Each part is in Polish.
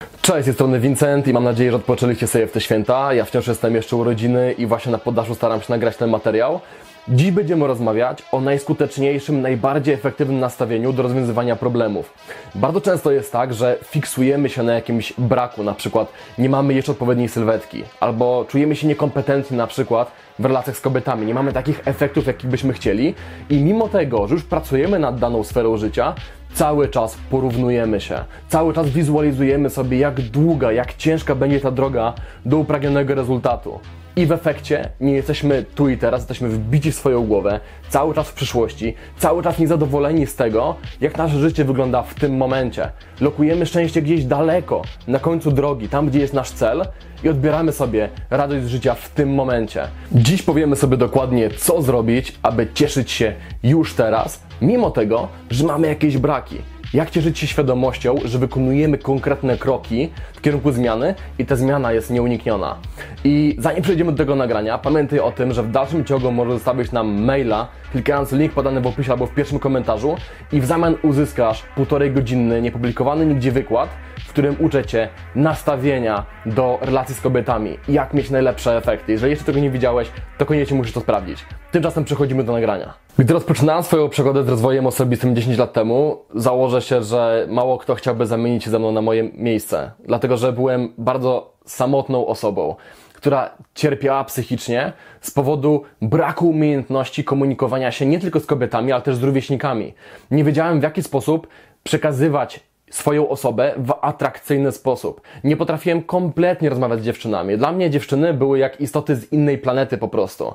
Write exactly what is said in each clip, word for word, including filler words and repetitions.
Cześć, z tej strony Vincent i mam nadzieję, że odpoczęliście sobie w te święta. Ja wciąż jestem jeszcze urodziny i właśnie na poddaszu staram się nagrać ten materiał. Dziś będziemy rozmawiać o najskuteczniejszym, najbardziej efektywnym nastawieniu do rozwiązywania problemów. Bardzo często jest tak, że fiksujemy się na jakimś braku, na przykład nie mamy jeszcze odpowiedniej sylwetki, albo czujemy się niekompetentni na przykład w relacjach z kobietami, nie mamy takich efektów, jakich byśmy chcieli i mimo tego, że już pracujemy nad daną sferą życia, cały czas porównujemy się, cały czas wizualizujemy sobie, jak długa, jak ciężka będzie ta droga do upragnionego rezultatu. I w efekcie nie jesteśmy tu i teraz, jesteśmy wbici w swoją głowę, cały czas w przyszłości, cały czas niezadowoleni z tego, jak nasze życie wygląda w tym momencie. Lokujemy szczęście gdzieś daleko, na końcu drogi, tam gdzie jest nasz cel i odbieramy sobie radość z życia w tym momencie. Dziś powiemy sobie dokładnie, co zrobić, aby cieszyć się już teraz, mimo tego, że mamy jakieś braki. Jak cieszyć się świadomością, że wykonujemy konkretne kroki w kierunku zmiany i ta zmiana jest nieunikniona. I zanim przejdziemy do tego nagrania, pamiętaj o tym, że w dalszym ciągu możesz zostawić nam maila, klikając link podany w opisie albo w pierwszym komentarzu i w zamian uzyskasz półtorej godzinny, niepublikowany nigdzie wykład, w którym uczę Cię nastawienia do relacji z kobietami i jak mieć najlepsze efekty. Jeżeli jeszcze tego nie widziałeś, to koniecznie musisz to sprawdzić. Tymczasem przechodzimy do nagrania. Gdy rozpoczynałem swoją przygodę z rozwojem osobistym dziesięć lat temu, założę się, że mało kto chciałby zamienić się ze mną na moje miejsce, dlatego że byłem bardzo samotną osobą, która cierpiała psychicznie z powodu braku umiejętności komunikowania się nie tylko z kobietami, ale też z rówieśnikami. Nie wiedziałem, w jaki sposób przekazywać swoją osobę w atrakcyjny sposób. Nie potrafiłem kompletnie rozmawiać z dziewczynami. Dla mnie dziewczyny były jak istoty z innej planety po prostu.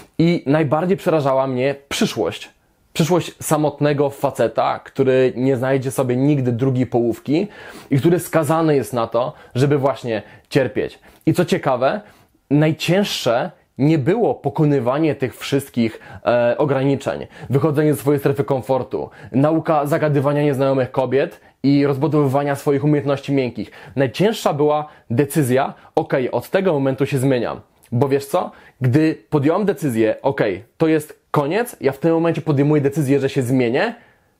I najbardziej przerażała mnie przyszłość. Przyszłość samotnego faceta, który nie znajdzie sobie nigdy drugiej połówki i który skazany jest na to, żeby właśnie cierpieć. I co ciekawe, najcięższe nie było pokonywanie tych wszystkich e, ograniczeń, wychodzenie ze swojej strefy komfortu, nauka zagadywania nieznajomych kobiet i rozbudowywania swoich umiejętności miękkich. Najcięższa była decyzja, ok, od tego momentu się zmieniam. Bo wiesz co? Gdy podjąłem decyzję, ok, to jest koniec, ja w tym momencie podejmuję decyzję, że się zmienię,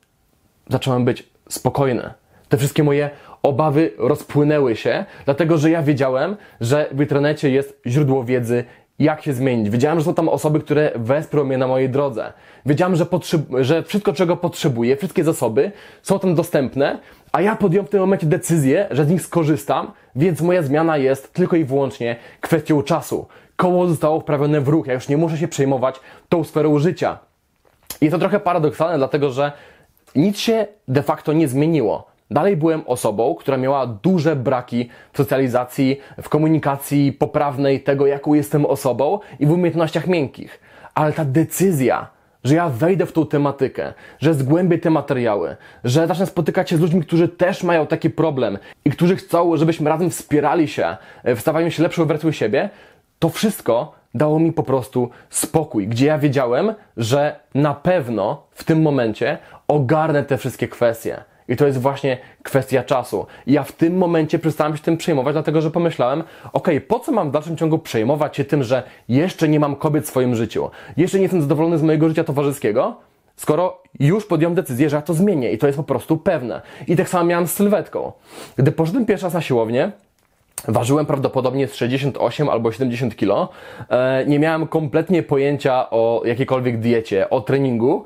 zacząłem być spokojny. Te wszystkie moje obawy rozpłynęły się, dlatego że ja wiedziałem, że w internecie jest źródło wiedzy, jak się zmienić. Wiedziałem, że są tam osoby, które wesprą mnie na mojej drodze. Wiedziałem, że, że wszystko, czego potrzebuję, wszystkie zasoby są tam dostępne, a ja podjąłem w tym momencie decyzję, że z nich skorzystam, więc moja zmiana jest tylko i wyłącznie kwestią czasu. Koło zostało wprawione w ruch, ja już nie muszę się przejmować tą sferą życia. I to trochę paradoksalne, dlatego że nic się de facto nie zmieniło. Dalej byłem osobą, która miała duże braki w socjalizacji, w komunikacji poprawnej tego, jaką jestem osobą i w umiejętnościach miękkich. Ale ta decyzja, że ja wejdę w tą tematykę, że zgłębię te materiały, że zacznę spotykać się z ludźmi, którzy też mają taki problem i którzy chcą, żebyśmy razem wspierali się w stawaniu się lepszą wersją siebie, to wszystko dało mi po prostu spokój, gdzie ja wiedziałem, że na pewno w tym momencie ogarnę te wszystkie kwestie. I to jest właśnie kwestia czasu. I ja w tym momencie przestałem się tym przejmować, dlatego że pomyślałem, ok, po co mam w dalszym ciągu przejmować się tym, że jeszcze nie mam kobiet w swoim życiu, jeszcze nie jestem zadowolony z mojego życia towarzyskiego, skoro już podjąłem decyzję, że ja to zmienię i to jest po prostu pewne. I tak samo miałem z sylwetką. Gdy poszedłem pierwszy raz na siłownię, ważyłem prawdopodobnie z sześćdziesiąt osiem albo siedemdziesiąt kilo. Nie miałem kompletnie pojęcia o jakiejkolwiek diecie, o treningu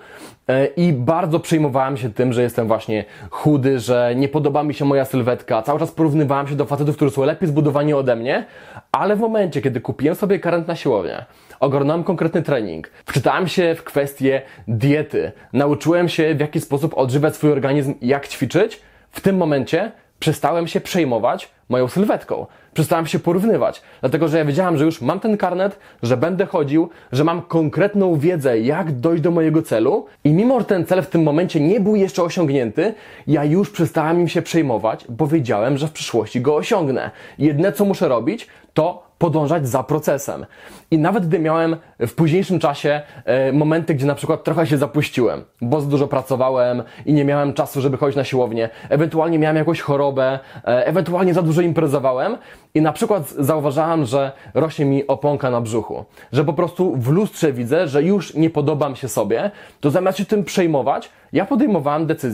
i bardzo przejmowałem się tym, że jestem właśnie chudy, że nie podoba mi się moja sylwetka. Cały czas porównywałem się do facetów, którzy są lepiej zbudowani ode mnie, ale w momencie, kiedy kupiłem sobie karnet na siłownię, ogarnąłem konkretny trening, wczytałem się w kwestie diety, nauczyłem się, w jaki sposób odżywiać swój organizm i jak ćwiczyć, w tym momencie przestałem się przejmować moją sylwetką. Przestałem się porównywać, dlatego że ja wiedziałem, że już mam ten karnet, że będę chodził, że mam konkretną wiedzę, jak dojść do mojego celu i mimo, że ten cel w tym momencie nie był jeszcze osiągnięty, ja już przestałem im się przejmować, bo wiedziałem, że w przyszłości go osiągnę. Jedyne, co muszę robić, to podążać za procesem. I nawet gdy miałem w późniejszym czasie e, momenty, gdzie na przykład trochę się zapuściłem, bo za dużo pracowałem i nie miałem czasu, żeby chodzić na siłownię, ewentualnie miałem jakąś chorobę, e, ewentualnie za dużo imprezowałem i na przykład zauważałem, że rośnie mi oponka na brzuchu, że po prostu w lustrze widzę, że już nie podobam się sobie, to zamiast się tym przejmować, ja podejmowałem decyzję,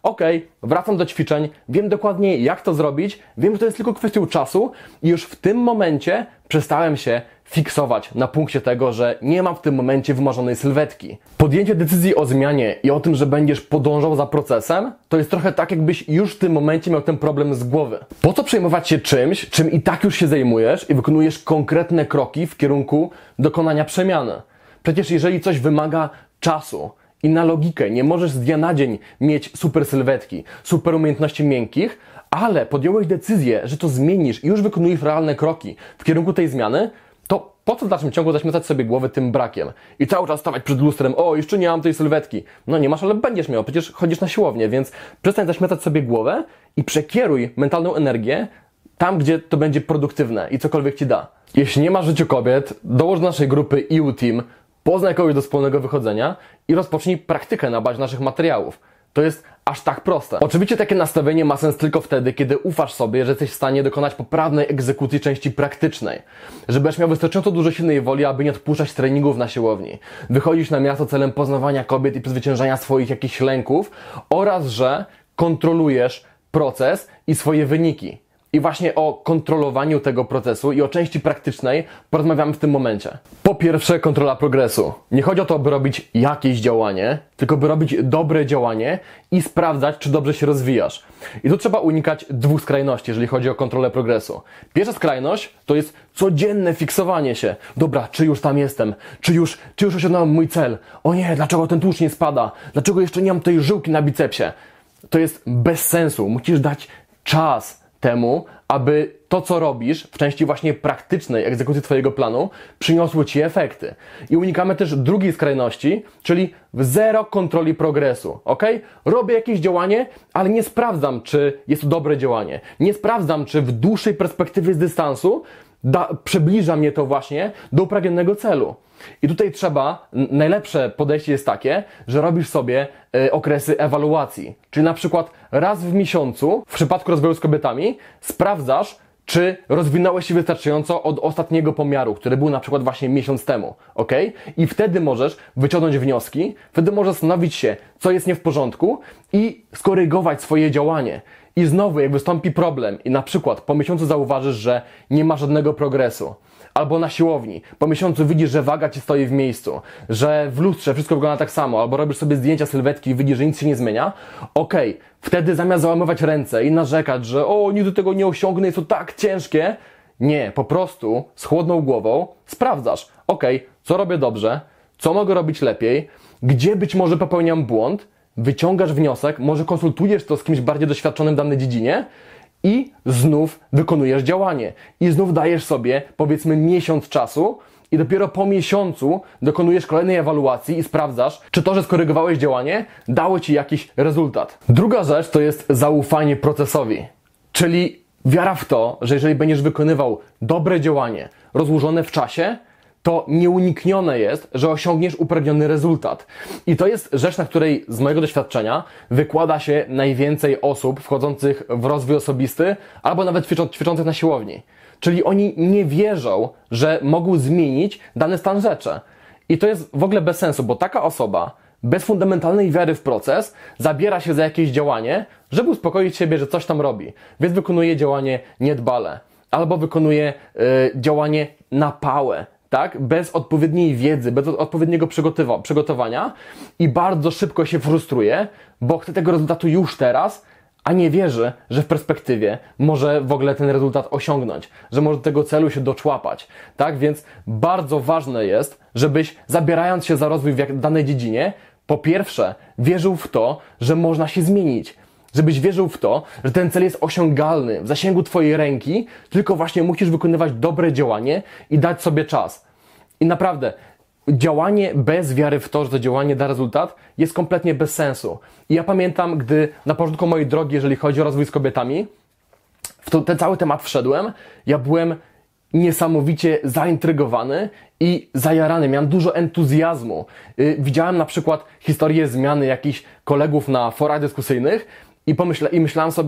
okej, wracam do ćwiczeń, wiem dokładnie jak to zrobić, wiem, że to jest tylko kwestią czasu i już w tym momencie przestałem się fiksować na punkcie tego, że nie mam w tym momencie wymarzonej sylwetki. Podjęcie decyzji o zmianie i o tym, że będziesz podążał za procesem, to jest trochę tak, jakbyś już w tym momencie miał ten problem z głowy. Po co przejmować się czymś, czym i tak już się zajmujesz i wykonujesz konkretne kroki w kierunku dokonania przemiany? Przecież jeżeli coś wymaga czasu i na logikę nie możesz z dnia na dzień mieć super sylwetki, super umiejętności miękkich, ale podjąłeś decyzję, że to zmienisz i już wykonujesz realne kroki w kierunku tej zmiany, to po co w dalszym ciągu zaśmiecać sobie głowy tym brakiem? I cały czas stawać przed lustrem, o, jeszcze nie mam tej sylwetki. No nie masz, ale będziesz miał, przecież chodzisz na siłownię, więc przestań zaśmiecać sobie głowę i przekieruj mentalną energię tam, gdzie to będzie produktywne i cokolwiek Ci da. Jeśli nie masz w życiu kobiet, dołóż do naszej grupy E U Team, poznaj kogoś do wspólnego wychodzenia i rozpocznij praktykę na bazie naszych materiałów. To jest aż tak proste. Oczywiście takie nastawienie ma sens tylko wtedy, kiedy ufasz sobie, że jesteś w stanie dokonać poprawnej egzekucji części praktycznej. Że będziesz miał wystarczająco dużo silnej woli, aby nie odpuszczać treningów na siłowni. Wychodzić na miasto celem poznawania kobiet i przezwyciężania swoich jakichś lęków oraz, że kontrolujesz proces i swoje wyniki. I właśnie o kontrolowaniu tego procesu i o części praktycznej porozmawiamy w tym momencie. Po pierwsze, kontrola progresu. Nie chodzi o to, by robić jakieś działanie, tylko by robić dobre działanie i sprawdzać, czy dobrze się rozwijasz. I tu trzeba unikać dwóch skrajności, jeżeli chodzi o kontrolę progresu. Pierwsza skrajność to jest codzienne fiksowanie się. Dobra, czy już tam jestem? Czy już, czy już osiągnąłem mój cel? O nie, dlaczego ten tłuszcz nie spada? Dlaczego jeszcze nie mam tej żyłki na bicepsie? To jest bez sensu. Musisz dać czas temu, aby to, co robisz w części właśnie praktycznej egzekucji Twojego planu, przyniosło Ci efekty. I unikamy też drugiej skrajności, czyli zero kontroli progresu, ok? Robię jakieś działanie, ale nie sprawdzam, czy jest to dobre działanie. Nie sprawdzam, czy w dłuższej perspektywie z dystansu da, przybliża mnie to właśnie do upragnionego celu. I tutaj trzeba, najlepsze podejście jest takie, że robisz sobie y, okresy ewaluacji. Czyli na przykład raz w miesiącu, w przypadku rozwoju z kobietami, sprawdzasz, czy rozwinąłeś się wystarczająco od ostatniego pomiaru, który był na przykład właśnie miesiąc temu, ok? I wtedy możesz wyciągnąć wnioski, wtedy możesz zastanowić się, co jest nie w porządku i skorygować swoje działanie. I znowu, jak wystąpi problem i na przykład po miesiącu zauważysz, że nie ma żadnego progresu, albo na siłowni, po miesiącu widzisz, że waga Ci stoi w miejscu, że w lustrze wszystko wygląda tak samo, albo robisz sobie zdjęcia sylwetki i widzisz, że nic się nie zmienia, okej, okay, wtedy zamiast załamywać ręce i narzekać, że o, nigdy tego nie osiągnę, jest to tak ciężkie, nie, po prostu z chłodną głową sprawdzasz, okej, okay, co robię dobrze, co mogę robić lepiej, gdzie być może popełniam błąd, wyciągasz wniosek, może konsultujesz to z kimś bardziej doświadczonym w danej dziedzinie, i znów wykonujesz działanie. I znów dajesz sobie, powiedzmy, miesiąc czasu i dopiero po miesiącu dokonujesz kolejnej ewaluacji i sprawdzasz, czy to, że skorygowałeś działanie, dało Ci jakiś rezultat. Druga rzecz to jest zaufanie procesowi. Czyli wiara w to, że jeżeli będziesz wykonywał dobre działanie, rozłożone w czasie, to nieuniknione jest, że osiągniesz upragniony rezultat. I to jest rzecz, na której z mojego doświadczenia wykłada się najwięcej osób wchodzących w rozwój osobisty albo nawet ćwiczą, ćwiczących na siłowni. Czyli oni nie wierzą, że mogą zmienić dany stan rzeczy. I to jest w ogóle bez sensu, bo taka osoba bez fundamentalnej wiary w proces zabiera się za jakieś działanie, żeby uspokoić siebie, że coś tam robi. Więc wykonuje działanie niedbale. Albo wykonuje yy, działanie na pałę. Tak? Bez odpowiedniej wiedzy, bez odpowiedniego przygotowania i bardzo szybko się frustruje, bo chce tego rezultatu już teraz, a nie wierzy, że w perspektywie może w ogóle ten rezultat osiągnąć, że może do tego celu się doczłapać. Tak? Więc bardzo ważne jest, żebyś zabierając się za rozwój w danej dziedzinie, po pierwsze wierzył w to, że można się zmienić. Żebyś wierzył w to, że ten cel jest osiągalny, w zasięgu Twojej ręki, tylko właśnie musisz wykonywać dobre działanie i dać sobie czas. I naprawdę, działanie bez wiary w to, że to działanie da rezultat, jest kompletnie bez sensu. I ja pamiętam, gdy na początku mojej drogi, jeżeli chodzi o rozwój z kobietami, w to, ten cały temat wszedłem, ja byłem niesamowicie zaintrygowany i zajarany. Miałem dużo entuzjazmu. Yy, widziałem na przykład historię zmiany jakichś kolegów na forach dyskusyjnych i, pomyśla, i myślałem sobie,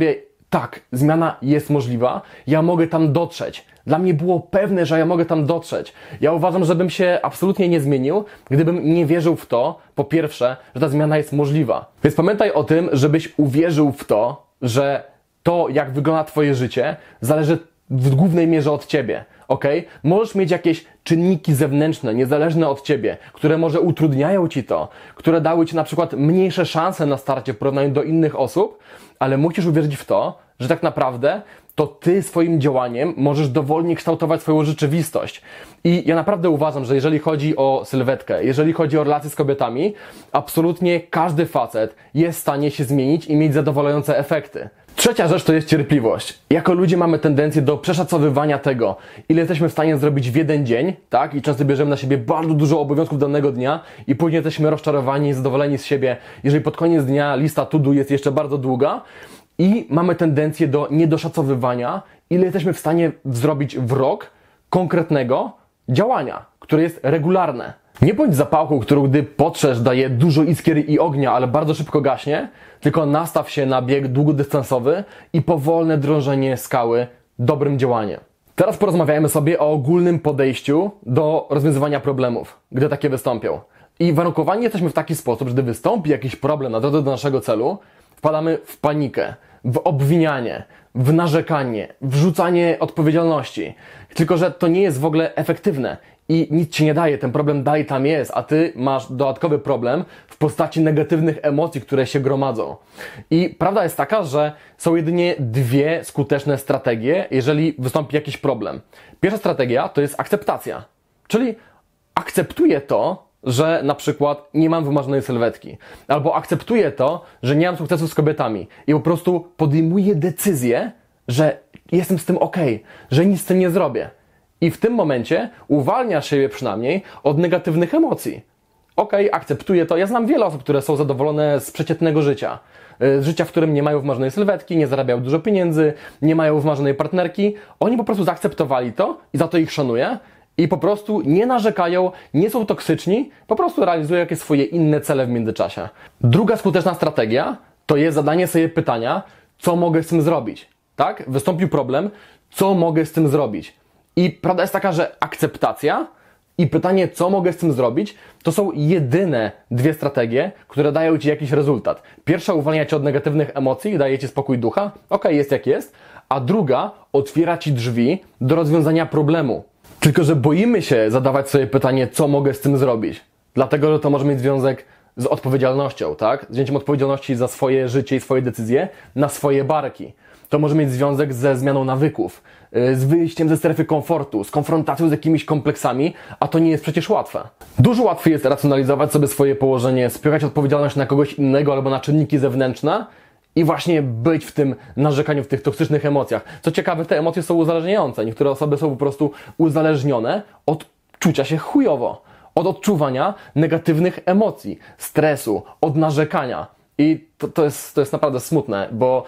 tak, zmiana jest możliwa, ja mogę tam dotrzeć. Dla mnie było pewne, że ja mogę tam dotrzeć. Ja uważam, że bym się absolutnie nie zmienił, gdybym nie wierzył w to, po pierwsze, że ta zmiana jest możliwa. Więc pamiętaj o tym, żebyś uwierzył w to, że to, jak wygląda Twoje życie, zależy w głównej mierze od Ciebie. Ok? Możesz mieć jakieś czynniki zewnętrzne, niezależne od Ciebie, które może utrudniają Ci to, które dały Ci na przykład mniejsze szanse na starcie w porównaniu do innych osób, ale musisz uwierzyć w to, że tak naprawdę to Ty swoim działaniem możesz dowolnie kształtować swoją rzeczywistość. I ja naprawdę uważam, że jeżeli chodzi o sylwetkę, jeżeli chodzi o relacje z kobietami, absolutnie każdy facet jest w stanie się zmienić i mieć zadowalające efekty. Trzecia rzecz to jest cierpliwość. Jako ludzie mamy tendencję do przeszacowywania tego, ile jesteśmy w stanie zrobić w jeden dzień, tak? I często bierzemy na siebie bardzo dużo obowiązków danego dnia i później jesteśmy rozczarowani i zadowoleni z siebie, jeżeli pod koniec dnia lista to do jest jeszcze bardzo długa. I mamy tendencję do niedoszacowywania, ile jesteśmy w stanie zrobić w rok konkretnego działania, które jest regularne. Nie bądź zapałką, którą gdy potrzesz daje dużo iskier i ognia, ale bardzo szybko gaśnie, tylko nastaw się na bieg długodystansowy i powolne drążenie skały dobrym działaniem. Teraz porozmawiajmy sobie o ogólnym podejściu do rozwiązywania problemów, gdy takie wystąpią. I warunkowani jesteśmy w taki sposób, że gdy wystąpi jakiś problem na drodze do naszego celu, wpadamy w panikę, w obwinianie, w narzekanie, w rzucanie odpowiedzialności. Tylko że to nie jest w ogóle efektywne i nic Ci nie daje, ten problem dalej tam jest, a Ty masz dodatkowy problem w postaci negatywnych emocji, które się gromadzą. I prawda jest taka, że są jedynie dwie skuteczne strategie, jeżeli wystąpi jakiś problem. Pierwsza strategia to jest akceptacja, czyli akceptuję to, że na przykład nie mam wymarzonej sylwetki, albo akceptuję to, że nie mam sukcesu z kobietami i po prostu podejmuję decyzję, że jestem z tym ok, że nic z tym nie zrobię. I w tym momencie uwalniasz siebie przynajmniej od negatywnych emocji. Ok, akceptuję to. Ja znam wiele osób, które są zadowolone z przeciętnego życia. Z życia, w którym nie mają wymarzonej sylwetki, nie zarabiają dużo pieniędzy, nie mają wymarzonej partnerki. Oni po prostu zaakceptowali to i za to ich szanuję. I po prostu nie narzekają, nie są toksyczni, po prostu realizują jakieś swoje inne cele w międzyczasie. Druga skuteczna strategia to jest zadanie sobie pytania, co mogę z tym zrobić. Tak? Wystąpił problem, co mogę z tym zrobić? I prawda jest taka, że akceptacja i pytanie, co mogę z tym zrobić, to są jedyne dwie strategie, które dają Ci jakiś rezultat. Pierwsza uwalnia Cię od negatywnych emocji i daje Ci spokój ducha, ok, jest jak jest, a druga otwiera Ci drzwi do rozwiązania problemu. Tylko że boimy się zadawać sobie pytanie, co mogę z tym zrobić. Dlatego, że to może mieć związek z odpowiedzialnością, tak? Z wzięciem odpowiedzialności za swoje życie i swoje decyzje na swoje barki. To może mieć związek ze zmianą nawyków, z wyjściem ze strefy komfortu, z konfrontacją z jakimiś kompleksami, a to nie jest przecież łatwe. Dużo łatwiej jest racjonalizować sobie swoje położenie, spychać odpowiedzialność na kogoś innego albo na czynniki zewnętrzne i właśnie być w tym narzekaniu, w tych toksycznych emocjach. Co ciekawe, te emocje są uzależniające. Niektóre osoby są po prostu uzależnione od czucia się chujowo, od odczuwania negatywnych emocji, stresu, od narzekania. I to, to, jest, to jest naprawdę smutne, bo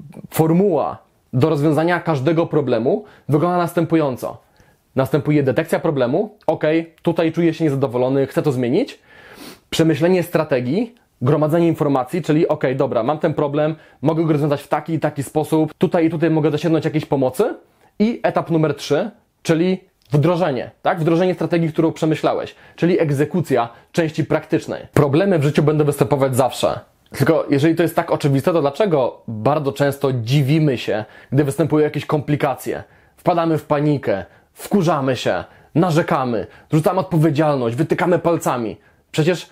formuła do rozwiązania każdego problemu wygląda następująco. Następuje detekcja problemu, ok, tutaj czuję się niezadowolony, chcę to zmienić. Przemyślenie strategii, gromadzenie informacji, czyli ok, dobra, mam ten problem, mogę go rozwiązać w taki i taki sposób, tutaj i tutaj mogę dosięgnąć jakiejś pomocy. I etap numer trzy, czyli wdrożenie, tak? Wdrożenie strategii, którą przemyślałeś, czyli egzekucja części praktycznej. Problemy w życiu będą występować zawsze. Tylko jeżeli to jest tak oczywiste, to dlaczego bardzo często dziwimy się, gdy występują jakieś komplikacje? Wpadamy w panikę, wkurzamy się, narzekamy, rzucamy odpowiedzialność, wytykamy palcami. Przecież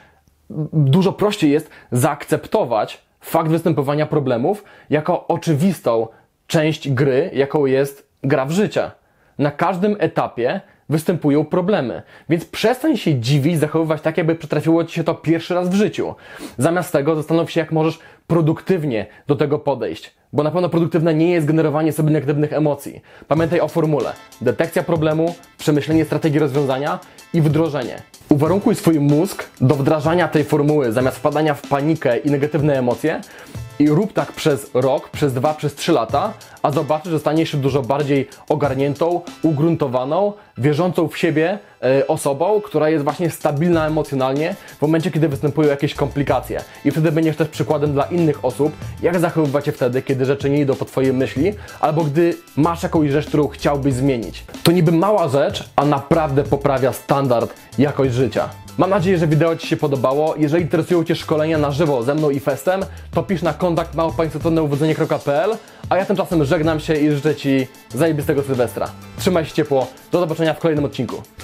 dużo prościej jest zaakceptować fakt występowania problemów jako oczywistą część gry, jaką jest gra w życie. Na każdym etapie występują problemy, więc przestań się dziwić, zachowywać tak, jakby przytrafiło Ci się to pierwszy raz w życiu. Zamiast tego zastanów się, jak możesz produktywnie do tego podejść, bo na pewno produktywne nie jest generowanie sobie negatywnych emocji. Pamiętaj o formule: detekcja problemu, przemyślenie strategii rozwiązania i wdrożenie. Uwarunkuj swój mózg do wdrażania tej formuły, zamiast wpadania w panikę i negatywne emocje, I rób tak przez rok, przez dwa, przez trzy lata, a zobaczysz, że staniesz się dużo bardziej ogarniętą, ugruntowaną, wierzącą w siebie e, osobą, która jest właśnie stabilna emocjonalnie w momencie, kiedy występują jakieś komplikacje. I wtedy będziesz też przykładem dla innych osób, jak zachowywać się wtedy, kiedy rzeczy nie idą po twojej myśli, albo gdy masz jakąś rzecz, którą chciałbyś zmienić. To niby mała rzecz, a naprawdę poprawia standard, jakość życia. Mam nadzieję, że wideo Ci się podobało. Jeżeli interesują Cię szkolenia na żywo ze mną i Festem, to pisz na kontakt małpa instytutne uwodzenie kropka p l, a ja tymczasem żegnam się i życzę Ci zajebistego Sylwestra. Trzymaj się ciepło, do zobaczenia w kolejnym odcinku.